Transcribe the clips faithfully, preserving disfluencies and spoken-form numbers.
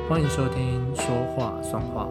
欢迎收听说话算话。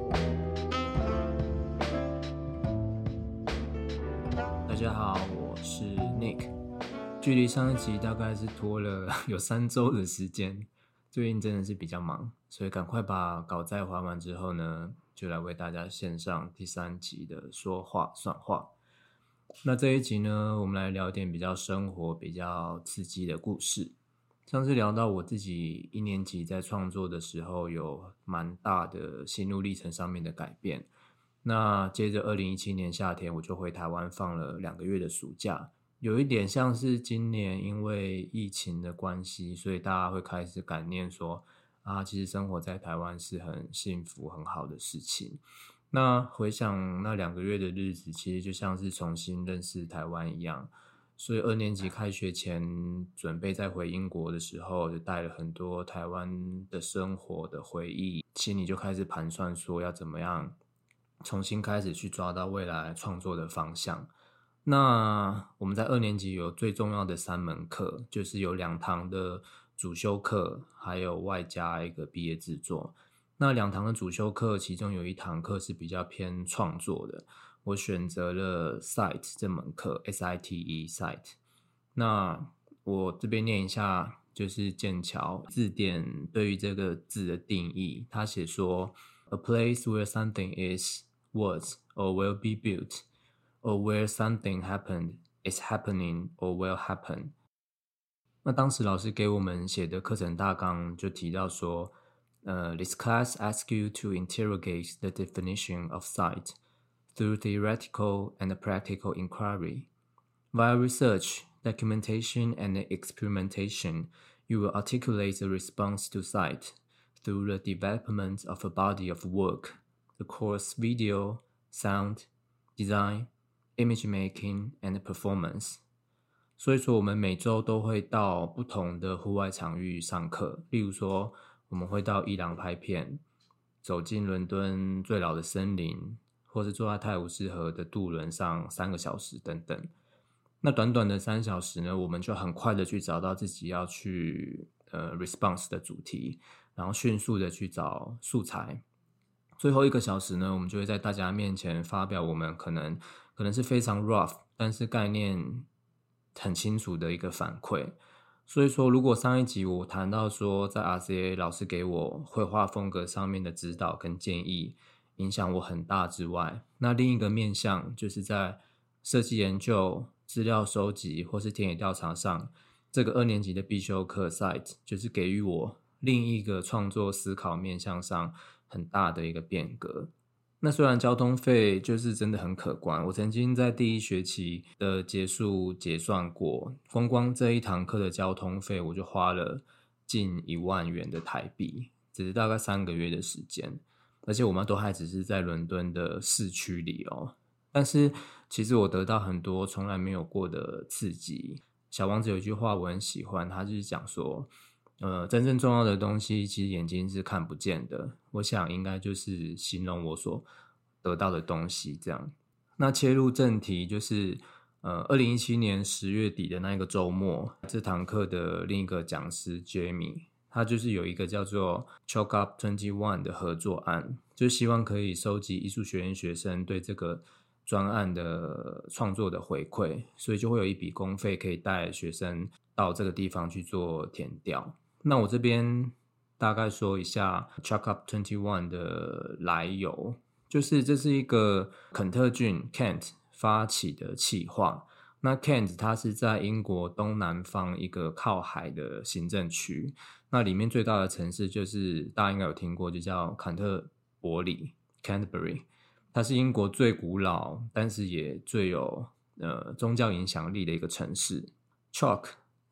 大家好，我是 Nick。距离上一集大概是拖了有三周的时间，最近真的是比较忙，所以赶快把稿再还完之后呢，就来为大家献上第三集的说话算话。那这一集呢，我们来聊点比较生活、比较刺激的故事。上次聊到我自己一年级在创作的时候，有蛮大的心路历程上面的改变。那接着二零一七年夏天，我就回台湾放了两个月的暑假，有一点像是今年因为疫情的关系，所以大家会开始感念说啊，其实生活在台湾是很幸福很好的事情。那回想那两个月的日子，其实就像是重新认识台湾一样。所以二年级开学前准备再回英国的时候，就带了很多台湾的生活的回忆，心里就开始盘算说要怎么样重新开始去抓到未来创作的方向。那我们在二年级有最重要的三门课，就是有两堂的主修课，还有外加一个毕业制作。那两堂的主修课，其中有一堂课是比较偏创作的，我选择了 Site 这门课 S I T E Site。 那我这边念一下，就是剑桥字典对于这个字的定义，他写说 A place where something is, was, or will be built, or where something happened, is happening, or will happen。 那当时老师给我们写的课程大纲就提到说Uh, this class asks you to interrogate the definition of sight through theoretical and practical inquiry. Via research, documentation, and experimentation, you will articulate a response to sight through the development of a body of work across video, sound, design, image making, and performance. 所以说我们每周都会到不同的户外场域上课，例如说我们会到伊朗拍片，走进伦敦最老的森林，或是坐在泰晤士河的渡轮上三个小时等等。那短短的三小时呢，我们就很快的去找到自己要去呃 response 的主题，然后迅速的去找素材。最后一个小时呢，我们就会在大家面前发表我们可能可能是非常 rough， 但是概念很清楚的一个反馈。所以说，如果上一集我谈到说，在 R C A 老师给我绘画风格上面的指导跟建议影响我很大之外，那另一个面向就是在设计研究、资料收集或是田野调查上，这个二年级的必修课 Site 就是给予我另一个创作思考面向上很大的一个变革。那虽然交通费就是真的很可观，我曾经在第一学期的结束结算过，光光这一堂课的交通费我就花了近一万元的台币，只是大概三个月的时间，而且我们都还只是在伦敦的市区里哦。但是其实我得到很多从来没有过的刺激。小王子有一句话我很喜欢，他就是讲说呃，真正重要的东西其实眼睛是看不见的，我想应该就是形容我所得到的东西这样。那切入正题，就是呃，二零一七年十月底的那个周末，这堂课的另一个讲师 Jamie， 他就是有一个叫做 Chalk Up 二十一的合作案，就希望可以收集艺术学院学生对这个专案的创作的回馈，所以就会有一笔公费可以带学生到这个地方去做田调。那我这边大概说一下 Chalk Up 二十一的来由，就是这是一个肯特郡 Kent 发起的企划。那 Kent 它是在英国东南方一个靠海的行政区，那里面最大的城市就是大家应该有听过，就叫坎特伯里 Canterbury。 它是英国最古老但是也最有呃宗教影响力的一个城市。 Chalk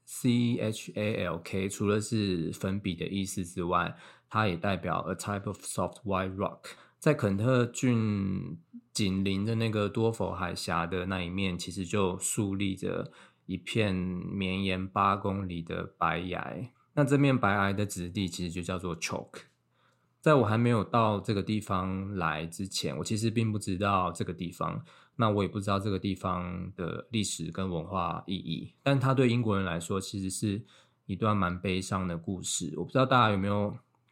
C H A L K 除了是粉笔的意思之外，它也代表 a type of soft white rock。 在肯特郡紧邻的那个多佛海峡的那一面，其实就竖立着一片绵延八公里的白崖。那这面白崖的质地其实就叫做 chalk。 在我还没有到这个地方来之前，我其实并不知道这个地方，那我也不知道这个地方的历史跟文化意义，但它对英国人来说其实是一段蛮悲伤的故事。我不知道大家有没有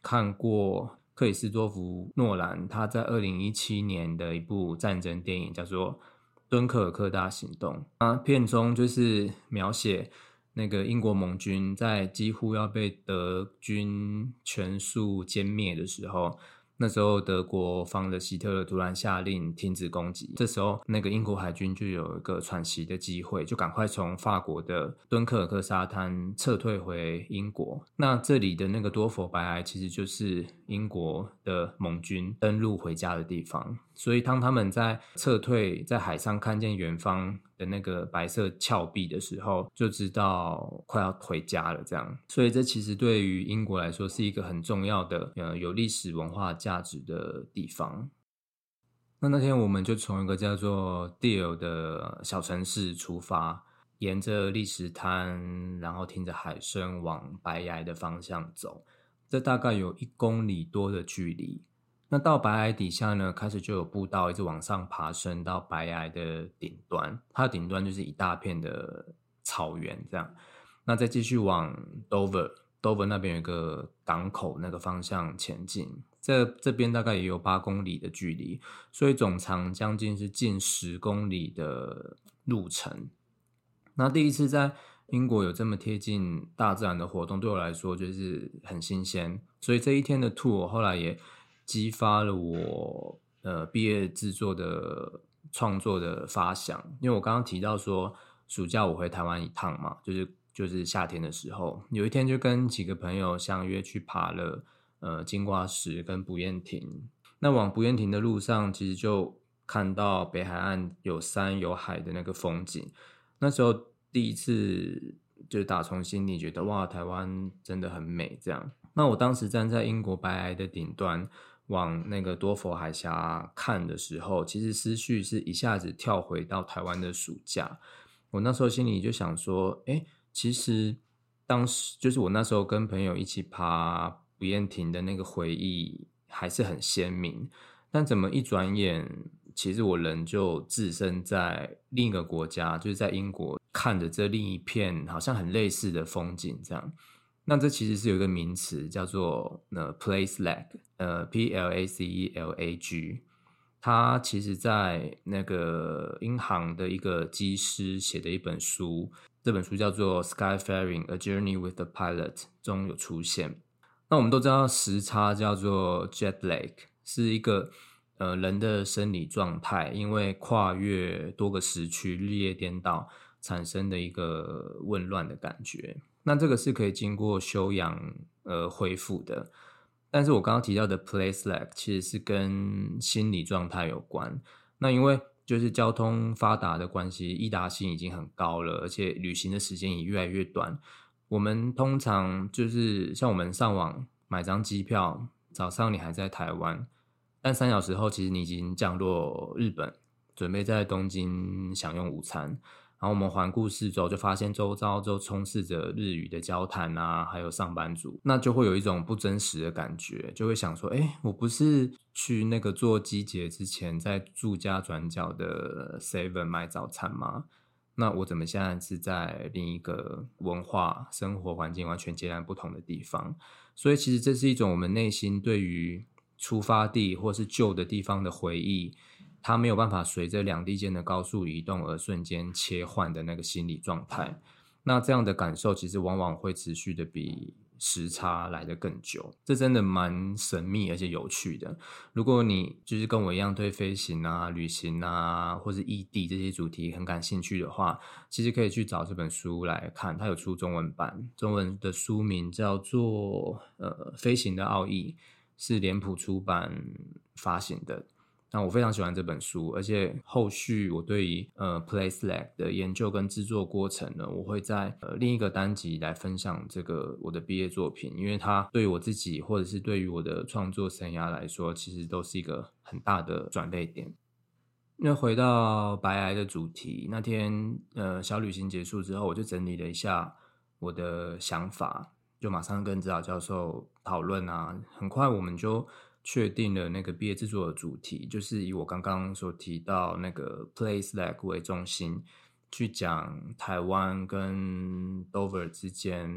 看过克里斯多弗诺兰他在二零一七年的一部战争电影叫做《敦刻尔克大行动》，啊，片中就是描写那个英国盟军在几乎要被德军全数歼灭的时候，那时候德国方的希特勒突然下令停止攻击，这时候那个英国海军就有一个喘息的机会，就赶快从法国的敦刻尔克沙滩撤退回英国。那这里的那个多佛白崖其实就是英国的盟军登陆回家的地方，所以当他们在撤退，在海上看见远方的那个白色峭壁的时候，就知道快要回家了这样。所以这其实对于英国来说是一个很重要的呃有历史文化价值的地方。那那天我们就从一个叫做 Deal 的小城市出发，沿着砾石滩，然后听着海声往白崖的方向走，这大概有一公里多的距离。那到白崖底下呢，开始就有步道一直往上爬升到白崖的顶端，它的顶端就是一大片的草原这样。那再继续往 Dover Dover 那边有一个港口那个方向前进，这这边大概也有八公里的距离，所以总长将近是近十公里的路程。那第一次在英国有这么贴近大自然的活动，对我来说就是很新鲜，所以这一天的 tour 后来也激发了我呃毕业制作的创作的发想。因为我刚刚提到说暑假我回台湾一趟嘛，就是就是夏天的时候，有一天就跟几个朋友相约去爬了呃金瓜石跟不厌亭。那往不厌亭的路上，其实就看到北海岸有山有海的那个风景。那时候第一次就打从心里觉得哇，台湾真的很美这样。那我当时站在英国白崖的顶端往那个多佛海峡看的时候，其实思绪是一下子跳回到台湾的暑假。我那时候心里就想说，诶，其实当时就是我那时候跟朋友一起爬不厌亭的那个回忆还是很鲜明，但怎么一转眼，其实我人就置身在另一个国家，就是在英国看着这另一片好像很类似的风景这样。那这其实是有一个名词叫做呃 place lag， 呃 P L A C E L A G， 它其实在那个英航的一个机师写的一本书，这本书叫做 Skyfaring: A Journey with the Pilot 中有出现。那我们都知道时差叫做 jet lag， 是一个呃人的生理状态，因为跨越多个时区日夜颠倒产生的一个紊乱的感觉。那这个是可以经过休养呃恢复的，但是我刚刚提到的 place lag 其实是跟心理状态有关。那因为就是交通发达的关系，易达性已经很高了，而且旅行的时间也越来越短。我们通常就是像我们上网买张机票，早上你还在台湾，但三小时后其实你已经降落日本，准备在东京享用午餐。然后我们环顾四周，就发现周遭就充斥着日语的交谈啊，还有上班族，那就会有一种不真实的感觉，就会想说，哎，我不是去那个做机捷之前在住家转角的 seven 买早餐吗？那我怎么现在是在另一个文化生活环境完全截然不同的地方？所以其实这是一种我们内心对于出发地或是旧的地方的回忆，它没有办法随着两地间的高速移动而瞬间切换的那个心理状态。那这样的感受其实往往会持续的比时差来得更久，这真的蛮神秘而且有趣的。如果你就是跟我一样对飞行啊、旅行啊或是异地这些主题很感兴趣的话，其实可以去找这本书来看，它有出中文版，中文的书名叫做呃《飞行的奥义》，是脸谱出版发行的。那我非常喜欢这本书，而且后续我对于呃 place lag 的研究跟制作过程呢，我会在呃另一个单集来分享这个我的毕业作品，因为它对于我自己或者是对于我的创作生涯来说，其实都是一个很大的转捩点。那回到白癌的主题，那天呃小旅行结束之后，我就整理了一下我的想法，就马上跟指导教授讨论啊，很快我们就确定了那个毕业制作的主题，就是以我刚刚所提到那个 place lag 为中心，去讲台湾跟 Dover 之间，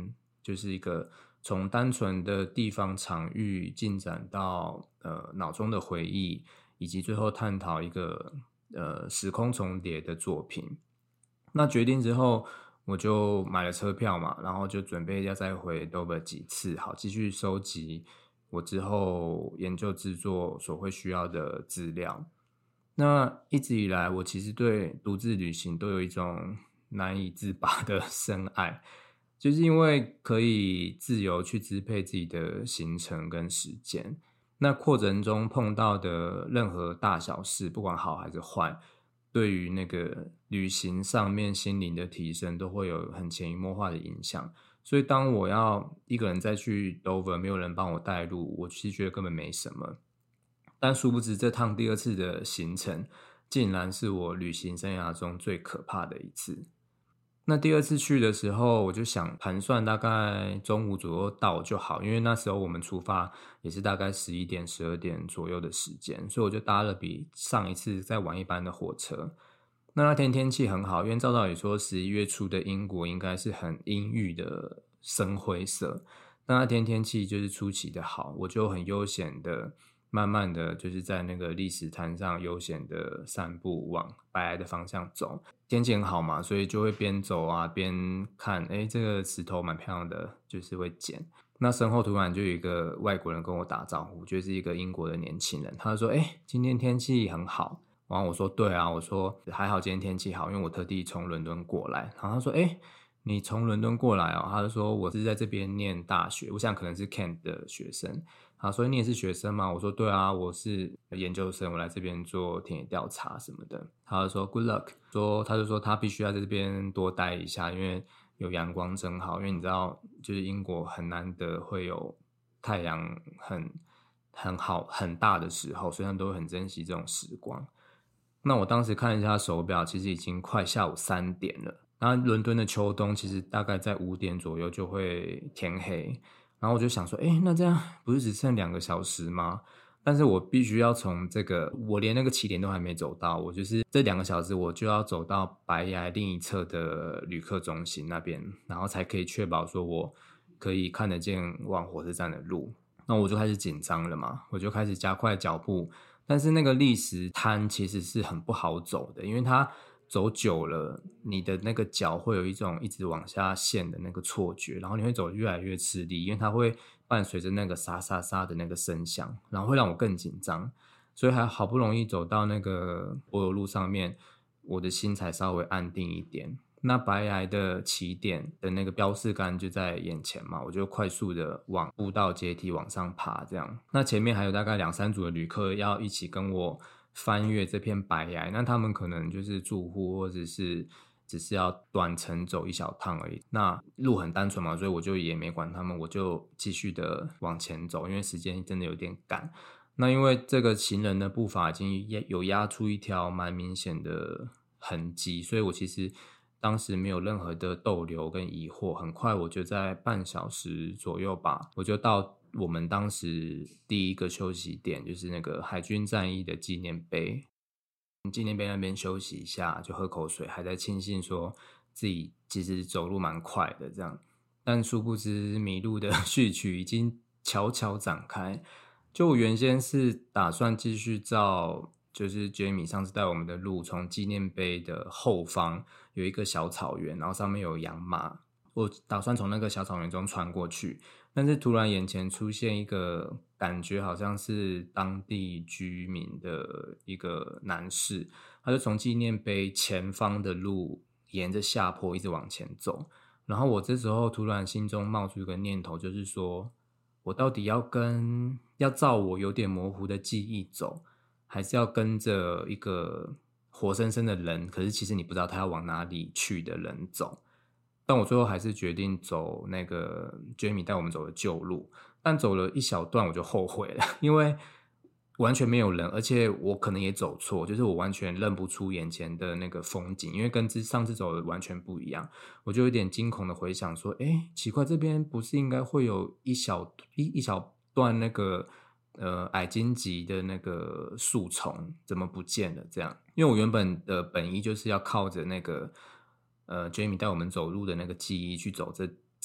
就是一个从单纯的地方场域进展到呃脑中的回忆，以及最后探讨一个呃时空重叠的作品。那决定之后，我就买了车票嘛，然后就准备要再回 Dover 几次，好继续收集我之后研究制作所会需要的资料。那一直以来，我其实对独自旅行都有一种难以自拔的深爱，就是因为可以自由去支配自己的行程跟时间。那过程中碰到的任何大小事，不管好还是坏，对于那个旅行上面心灵的提升都会有很潜移默化的影响。所以当我要一个人再去 Dover， 没有人帮我带路，我其实觉得根本没什么。但殊不知这趟第二次的行程竟然是我旅行生涯中最可怕的一次。那第二次去的时候，我就想盘算大概中午左右到就好，因为那时候我们出发也是大概十一点十二点左右的时间，所以我就搭了比上一次再晚一班的火车。那那天天气很好，因为照道理说十一月初的英国应该是很阴郁的深灰色，那那天天气就是出奇的好，我就很悠闲的慢慢的就是在那个砾石滩上悠闲的散步，往白崖的方向走。天气很好嘛，所以就会边走啊边看，诶这个石头蛮漂亮的，就是会捡。那身后突然就有一个外国人跟我打招呼，就是一个英国的年轻人，他就说诶今天天气很好。然后我说对啊，我说还好今天天气好，因为我特地从伦敦过来。然后他说诶你从伦敦过来哦？他就说我是在这边念大学，我想可能是 Kent 的学生。他说你也是学生吗？我说对啊，我是研究生，我来这边做田野调查什么的。他就说 Good luck， 说他就说他必须要在这边多待一下，因为有阳光真好，因为你知道就是英国很难得会有太阳很很好很大的时候，所以他们都会很珍惜这种时光。那我当时看一下手表，其实已经快下午三点了。然后伦敦的秋冬其实大概在五点左右就会天黑。然后我就想说，诶那这样不是只剩两个小时吗？但是我必须要从这个，我连那个起点都还没走到，我就是这两个小时我就要走到白崖另一侧的旅客中心那边，然后才可以确保说我可以看得见往火车站的路。那我就开始紧张了嘛，我就开始加快脚步。但是那个砾石滩其实是很不好走的，因为它走久了，你的那个脚会有一种一直往下陷的那个错觉，然后你会走越来越吃力，因为它会伴随着那个沙沙沙的那个声响，然后会让我更紧张。所以还好不容易走到那个柏油路上面，我的心才稍微安定一点。那白崖的起点的那个标示杆就在眼前嘛，我就快速的往步道阶梯往上爬这样。那前面还有大概两三组的旅客要一起跟我翻越这片白崖，那他们可能就是住户或者是只是要短程走一小趟而已。那路很单纯嘛，所以我就也没管他们，我就继续的往前走，因为时间真的有点赶。那因为这个行人的步伐已经有压出一条蛮明显的痕迹，所以我其实当时没有任何的逗留跟疑惑，很快我就在半小时左右吧，我就到我们当时第一个休息点，就是那个海军战役的纪念碑。纪念碑那边休息一下，就喝口水，还在庆幸说自己其实走路蛮快的这样。但殊不知迷路的序曲已经悄悄展开。就我原先是打算继续照就是 Jamie 上次带我们的路，从纪念碑的后方有一个小草原，然后上面有养马，我打算从那个小草原中穿过去。但是突然眼前出现一个感觉好像是当地居民的一个男士，他就从纪念碑前方的路沿着下坡一直往前走。然后我这时候突然心中冒出一个念头，就是说我到底要跟要照我有点模糊的记忆走，还是要跟着一个活生生的人，可是其实你不知道他要往哪里去的人走。但我最后还是决定走那个 Jamie 带我们走的旧路，但走了一小段我就后悔了，因为完全没有人，而且我可能也走错，就是我完全认不出眼前的那个风景，因为跟上次走的完全不一样。我就有点惊恐的回想说，诶奇怪，这边不是应该会有一小一一小段那个呃矮荆棘的那个树丛，怎么不见了这样？因为我原本的本意就是要靠着那个呃 Jamie 带我们走路的那个记忆去走这这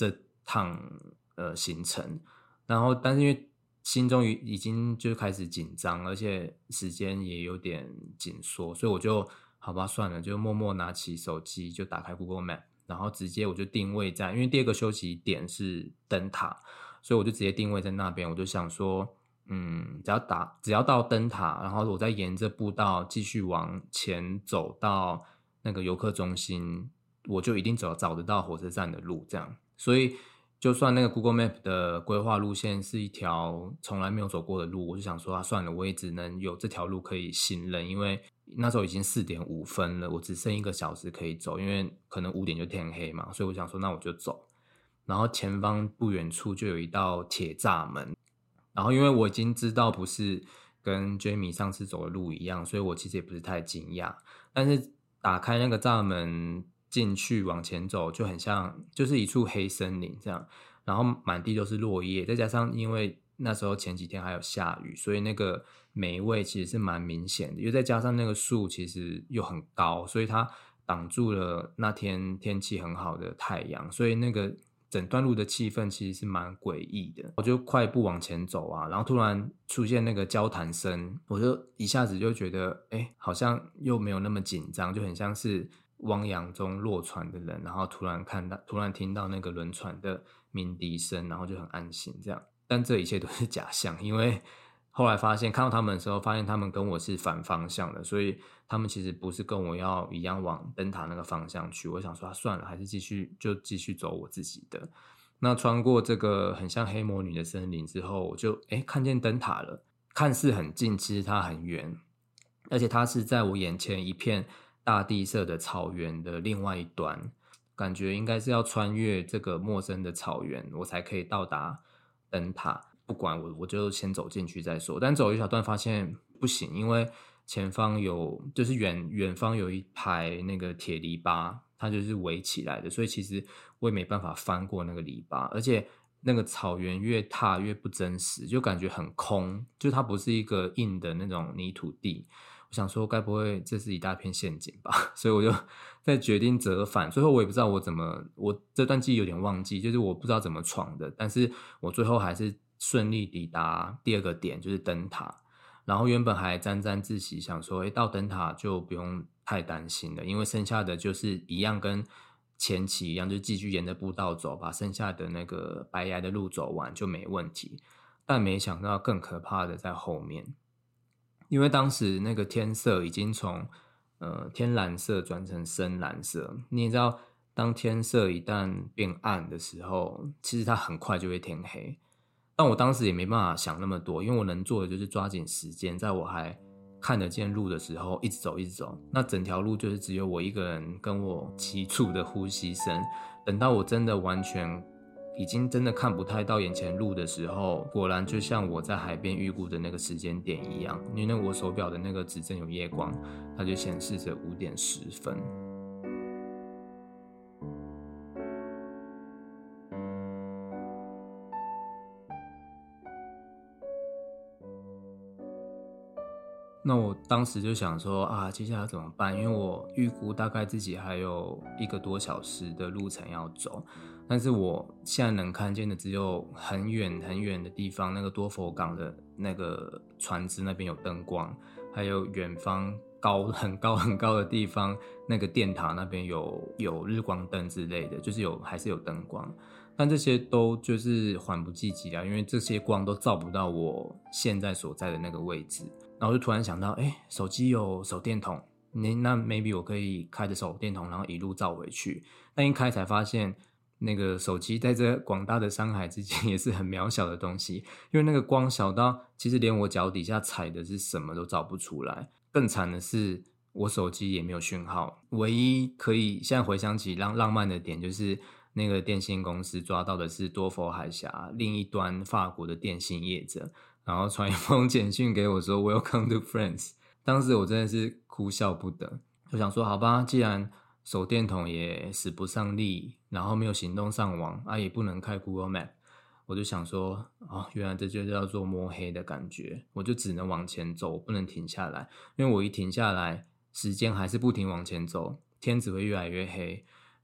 趟呃行程，然后但是因为心中已经就开始紧张，而且时间也有点紧缩，所以我就好吧算了，就默默拿起手机就打开 Google Map， 然后直接我就定位在，因为第二个休息点是灯塔，所以我就直接定位在那边。我就想说嗯，只要打只要到灯塔，然后我再沿着步道继续往前走到那个游客中心，我就一定找找得到火车站的路这样。所以就算那个 Google Map 的规划路线是一条从来没有走过的路，我就想说啊，算了，我也只能有这条路可以信任，因为那时候已经四点五分了，我只剩一个小时可以走，因为可能五点就天黑嘛，所以我想说那我就走。然后前方不远处就有一道铁栅门，然后因为我已经知道不是跟 Jamie 上次走的路一样，所以我其实也不是太惊讶。但是打开那个栅门进去往前走，就很像就是一处黑森林这样，然后满地都是落叶，再加上因为那时候前几天还有下雨，所以那个霉味其实是蛮明显的，又再加上那个树其实又很高，所以它挡住了那天天气很好的太阳，所以那个整段路的气氛其实是蛮诡异的。我就快步往前走啊，然后突然出现那个交谈声，我就一下子就觉得哎，好像又没有那么紧张，就很像是汪洋中落船的人，然后突然看到突然听到那个轮船的鸣笛声，然后就很安心这样。但这一切都是假象，因为后来发现看到他们的时候，发现他们跟我是反方向的，所以他们其实不是跟我要一样往灯塔那个方向去。我想说、啊、算了，还是继续就继续走我自己的。那穿过这个很像黑魔女的森林之后，我就诶看见灯塔了，看似很近，其实它很远，而且它是在我眼前一片大地色的草原的另外一端，感觉应该是要穿越这个陌生的草原，我才可以到达灯塔。不管我，我就先走进去再说。但走一小段发现不行，因为前方有，就是远远方有一排那个铁篱笆，它就是围起来的，所以其实我也没办法翻过那个篱笆，而且那个草原越踏越不真实，就感觉很空，就它不是一个硬的那种泥土地。我想说该不会这是一大片陷阱吧，所以我就在决定折返。最后我也不知道我怎么，我这段记忆有点忘记，就是我不知道怎么闯的，但是我最后还是顺利抵达第二个点，就是灯塔。然后原本还沾沾自喜想说诶，到灯塔就不用太担心了，因为剩下的就是一样跟前期一样，就继续沿着步道走，把剩下的那个白崖的路走完就没问题。但没想到更可怕的在后面，因为当时那个天色已经从呃天蓝色转成深蓝色，你也知道当天色一旦变暗的时候，其实它很快就会天黑。但我当时也没办法想那么多，因为我能做的就是抓紧时间，在我还看得见路的时候一直走一直走，那整条路就是只有我一个人跟我急促的呼吸声。等到我真的完全已经真的看不太到眼前路的时候，果然就像我在海边预估的那个时间点一样，因为那我手表的那个指针有夜光，它就显示着五点十分。那我当时就想说啊，接下来怎么办？因为我预估大概自己还有一个多小时的路程要走，但是我现在能看见的只有很远很远的地方，那个多佛港的那个船只那边有灯光，还有远方高很高很高的地方，那个电塔那边有有日光灯之类的，就是有还是有灯光。但这些都就是缓不济急啊，因为这些光都照不到我现在所在的那个位置。然后就突然想到，哎，手机有手电筒，那 maybe 我可以开着手电筒，然后一路照回去。但一开才发现，那个手机在这广大的山海之间也是很渺小的东西，因为那个光小到其实连我脚底下踩的是什么都找不出来。更惨的是，我手机也没有讯号。唯一可以现在回想起浪浪漫的点，就是那个电信公司抓到的是多佛海峡另一端法国的电信业者，然后传一封简讯给我说 Welcome to France。 当时我真的是哭笑不得，我想说好吧，既然手电筒也使不上力，然后没有行动上网啊，也不能开 Google Map， 我就想说哦，原来这就叫做摸黑的感觉。我就只能往前走，我不能停下来，因为我一停下来时间还是不停往前走，天只会越来越黑。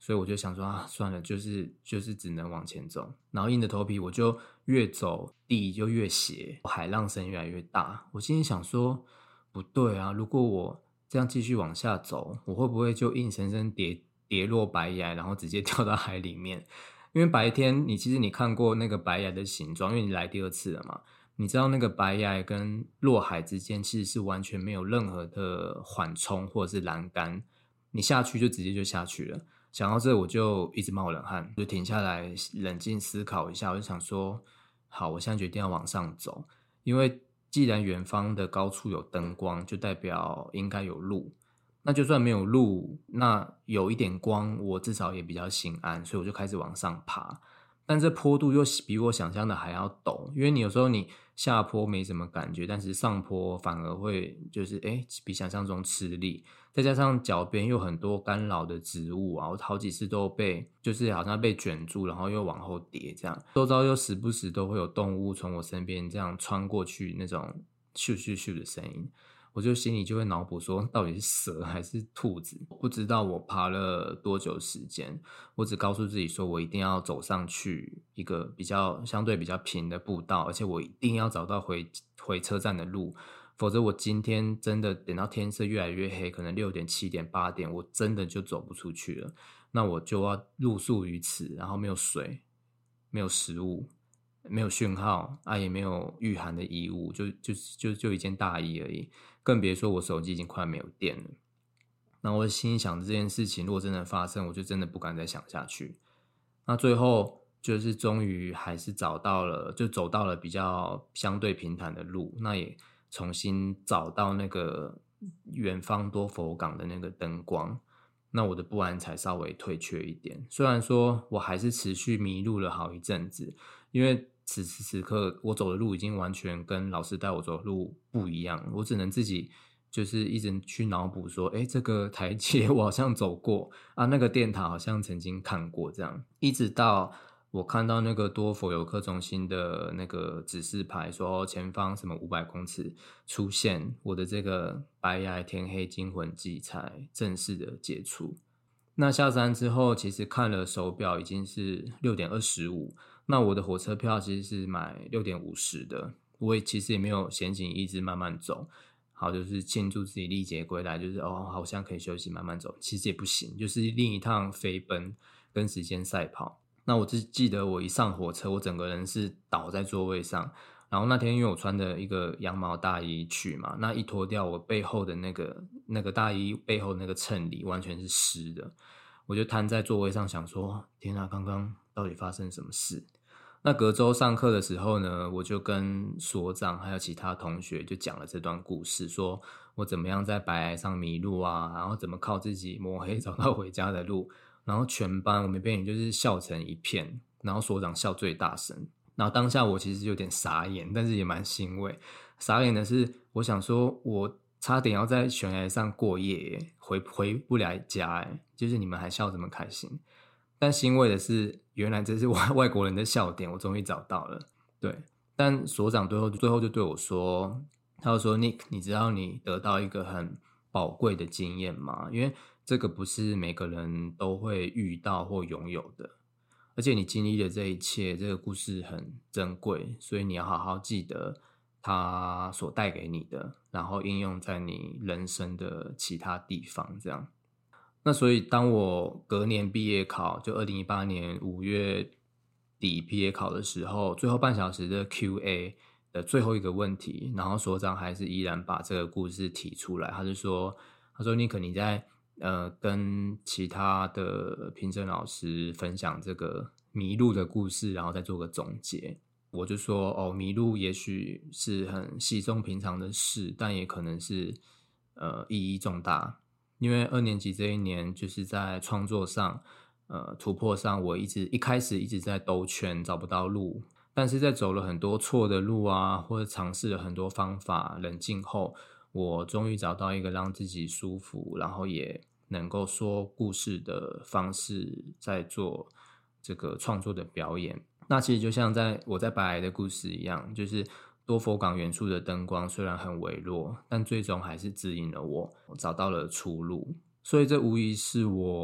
所以我就想说啊，算了，就是就是只能往前走。然后硬着头皮，我就越走地就越斜，海浪声越来越大。我心里想说，不对啊，如果我这样继续往下走，我会不会就硬生生跌跌落白崖，然后直接掉到海里面？因为白天你其实你看过那个白崖的形状，因为你来第二次了嘛，你知道那个白崖跟落海之间其实是完全没有任何的缓冲或者是栏杆，你下去就直接就下去了。想到这我就一直冒冷汗，就停下来冷静思考一下，我就想说，好，我现在决定要往上走，因为既然远方的高处有灯光，就代表应该有路。那就算没有路，那有一点光，我至少也比较心安，所以我就开始往上爬。但这坡度又比我想象的还要陡，因为你有时候你下坡没什么感觉，但是上坡反而会就是诶比想象中吃力，再加上脚边又很多干扰的植物啊，我好几次都被就是好像被卷住，然后又往后跌这样，周遭又时不时都会有动物从我身边这样穿过去，那种咻咻咻的声音。我就心里就会脑补说，到底是蛇还是兔子？不知道我爬了多久时间，我只告诉自己说，我一定要走上去一个比较相对比较平的步道，而且我一定要找到回回车站的路，否则我今天真的等到天色越来越黑，可能六点、七点、八点，我真的就走不出去了。那我就要露宿于此，然后没有水，没有食物。没有讯号啊，也没有御寒的衣物，就就就就一件大衣而已，更别说我手机已经快没有电了。那我心里想着这件事情，如果真的发生，我就真的不敢再想下去。那最后就是终于还是找到了，就走到了比较相对平坦的路，那也重新找到那个远方多佛港的那个灯光。那我的不安才稍微退却一点，虽然说我还是持续迷路了好一阵子，因为此时此刻我走的路已经完全跟老师带我走的路不一样，我只能自己就是一直去脑补说，诶，这个台阶我好像走过啊，那个电塔好像曾经看过，这样一直到我看到那个多佛游客中心的那个指示牌说前方什么五百公尺出现，我的这个白崖天黑惊魂记才正式的解除。那下山之后其实看了手表已经是六点二十五，那我的火车票其实是买六点五十的，我也其实也没有闲情逸致慢慢走，好就是庆祝自己历劫归来，就是哦好像可以休息慢慢走，其实也不行，就是另一趟飞奔跟时间赛跑。那我只记得我一上火车，我整个人是倒在座位上，然后那天因为我穿的一个羊毛大衣去嘛，那一脱掉我背后的那个那个大衣背后那个衬里完全是湿的，我就瘫在座位上想说，天啊，刚刚到底发生什么事？那隔周上课的时候呢，我就跟所长还有其他同学就讲了这段故事，说我怎么样在白崖上迷路啊，然后怎么靠自己摸黑找到回家的路，然后全班我们班也就是笑成一片，然后所长笑最大声。然后当下我其实有点傻眼，但是也蛮欣慰。傻眼的是，我想说我差点要在悬崖上过夜耶，回回不来家耶，就是你们还笑这么开心。但欣慰的是，原来这是外外国人的笑点，我终于找到了。对，但所长最后最后就对我说，他就说 Nick， 你知道你得到一个很宝贵的经验吗？因为这个不是每个人都会遇到或拥有的，而且你经历了这一切，这个故事很珍贵，所以你要好好记得它所带给你的，然后应用在你人生的其他地方，这样。那所以当我隔年毕业考，就二零一八年五月底毕业考的时候，最后半小时的 Q A 的最后一个问题，然后所长还是依然把这个故事提出来，他就说，他说你可能在呃跟其他的评审老师分享这个迷路的故事，然后再做个总结。我就说哦，迷路也许是很稀松平常的事，但也可能是呃意义重大。因为二年级这一年就是在创作上呃突破上，我一直一开始一直在兜圈找不到路，但是在走了很多错的路啊，或者尝试了很多方法，冷静后我终于找到一个让自己舒服，然后也能够说故事的方式，在做这个创作的表演。那其实就像在我在白崖的故事一样，就是多佛港远处的灯光虽然很微弱，但最终还是指引了我，我找到了出路。所以这无疑是我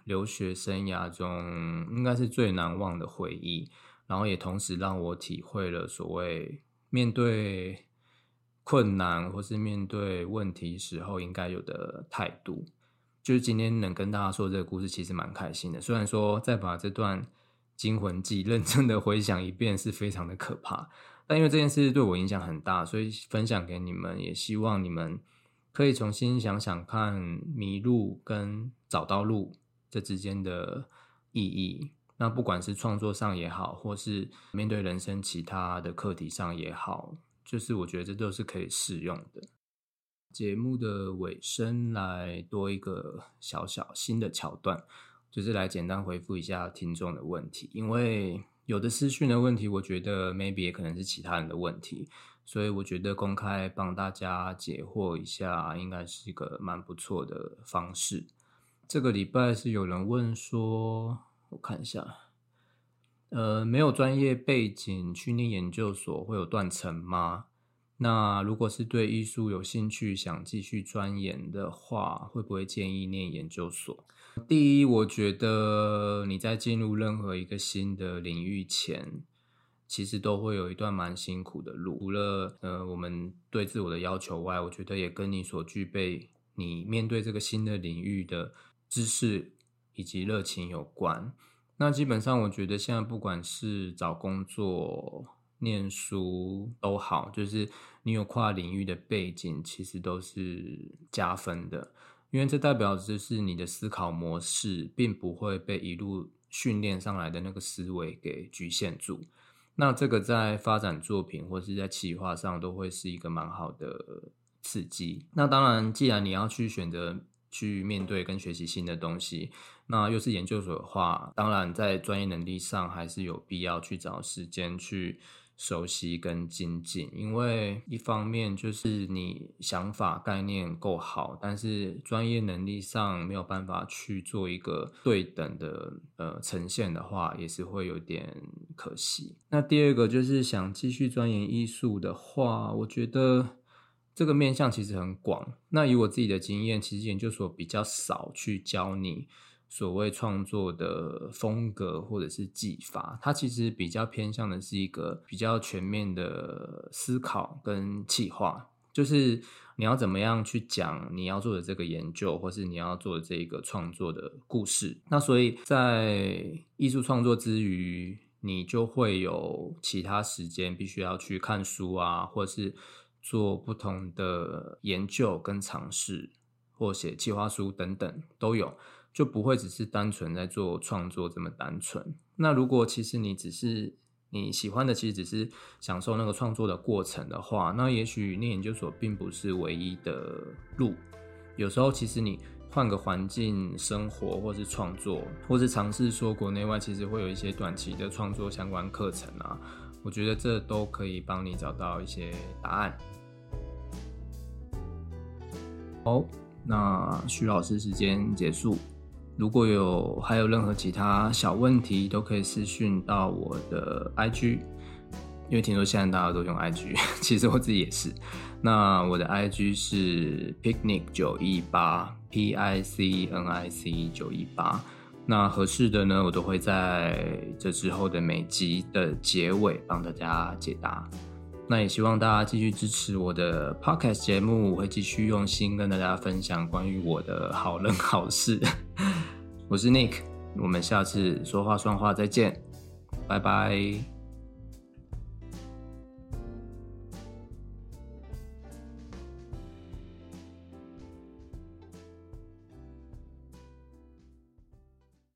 留学生涯中应该是最难忘的回忆，然后也同时让我体会了所谓面对困难或是面对问题时候应该有的态度。就是今天能跟大家说这个故事其实蛮开心的，虽然说再把这段惊魂记认真的回想一遍是非常的可怕，但因为这件事对我影响很大，所以分享给你们，也希望你们可以重新想想看迷路跟找到路这之间的意义。那不管是创作上也好，或是面对人生其他的课题上也好，就是我觉得这都是可以适用的。节目的尾声来多一个小小新的桥段，就是来简单回复一下听众的问题，因为有的私讯的问题我觉得 maybe 也可能是其他人的问题，所以我觉得公开帮大家解惑一下应该是一个蛮不错的方式。这个礼拜是有人问说，我看一下，呃，没有专业背景去念研究所会有断层吗？那如果是对艺术有兴趣想继续钻研的话，会不会建议念研究所？第一，我觉得你在进入任何一个新的领域前，其实都会有一段蛮辛苦的路。除了呃我们对自我的要求外，我觉得也跟你所具备你面对这个新的领域的知识以及热情有关。那基本上我觉得现在不管是找工作、念书都好，就是你有跨领域的背景，其实都是加分的，因为这代表就是你的思考模式并不会被一路训练上来的那个思维给局限住。那这个在发展作品或是在企划上都会是一个蛮好的刺激。那当然，既然你要去选择去面对跟学习新的东西，那又是研究所的话，当然在专业能力上还是有必要去找时间去熟悉跟精进，因为一方面就是你想法概念够好，但是专业能力上没有办法去做一个对等的呃呈现的话，也是会有点可惜。那第二个就是想继续钻研艺术的话，我觉得这个面向其实很广。那以我自己的经验，其实研究所比较少去教你所谓创作的风格或者是技法，它其实比较偏向的是一个比较全面的思考跟企划，就是你要怎么样去讲你要做的这个研究，或是你要做的这个创作的故事。那所以在艺术创作之余，你就会有其他时间必须要去看书啊，或是做不同的研究跟尝试，或写企划书等等都有，就不会只是单纯在做创作这么单纯。那如果其实你只是你喜欢的其实只是享受那个创作的过程的话，那也许念研究所并不是唯一的路。有时候其实你换个环境生活，或是创作，或是尝试说国内外其实会有一些短期的创作相关课程啊，我觉得这都可以帮你找到一些答案。好，那徐老师时间结束，如果有还有任何其他小问题都可以私讯到我的 I G， 因为听说现在大家都用 I G， 其实我自己也是。那我的 I G 是 picnic 九一八 P I C N I C 九一八，那合适的呢，我都会在这之后的每集的结尾帮大家解答。那也希望大家继续支持我的 podcast 节目，我会继续用心跟大家分享关于我的好人好事。我是 Nick， 我们下次说话算话再见，拜拜。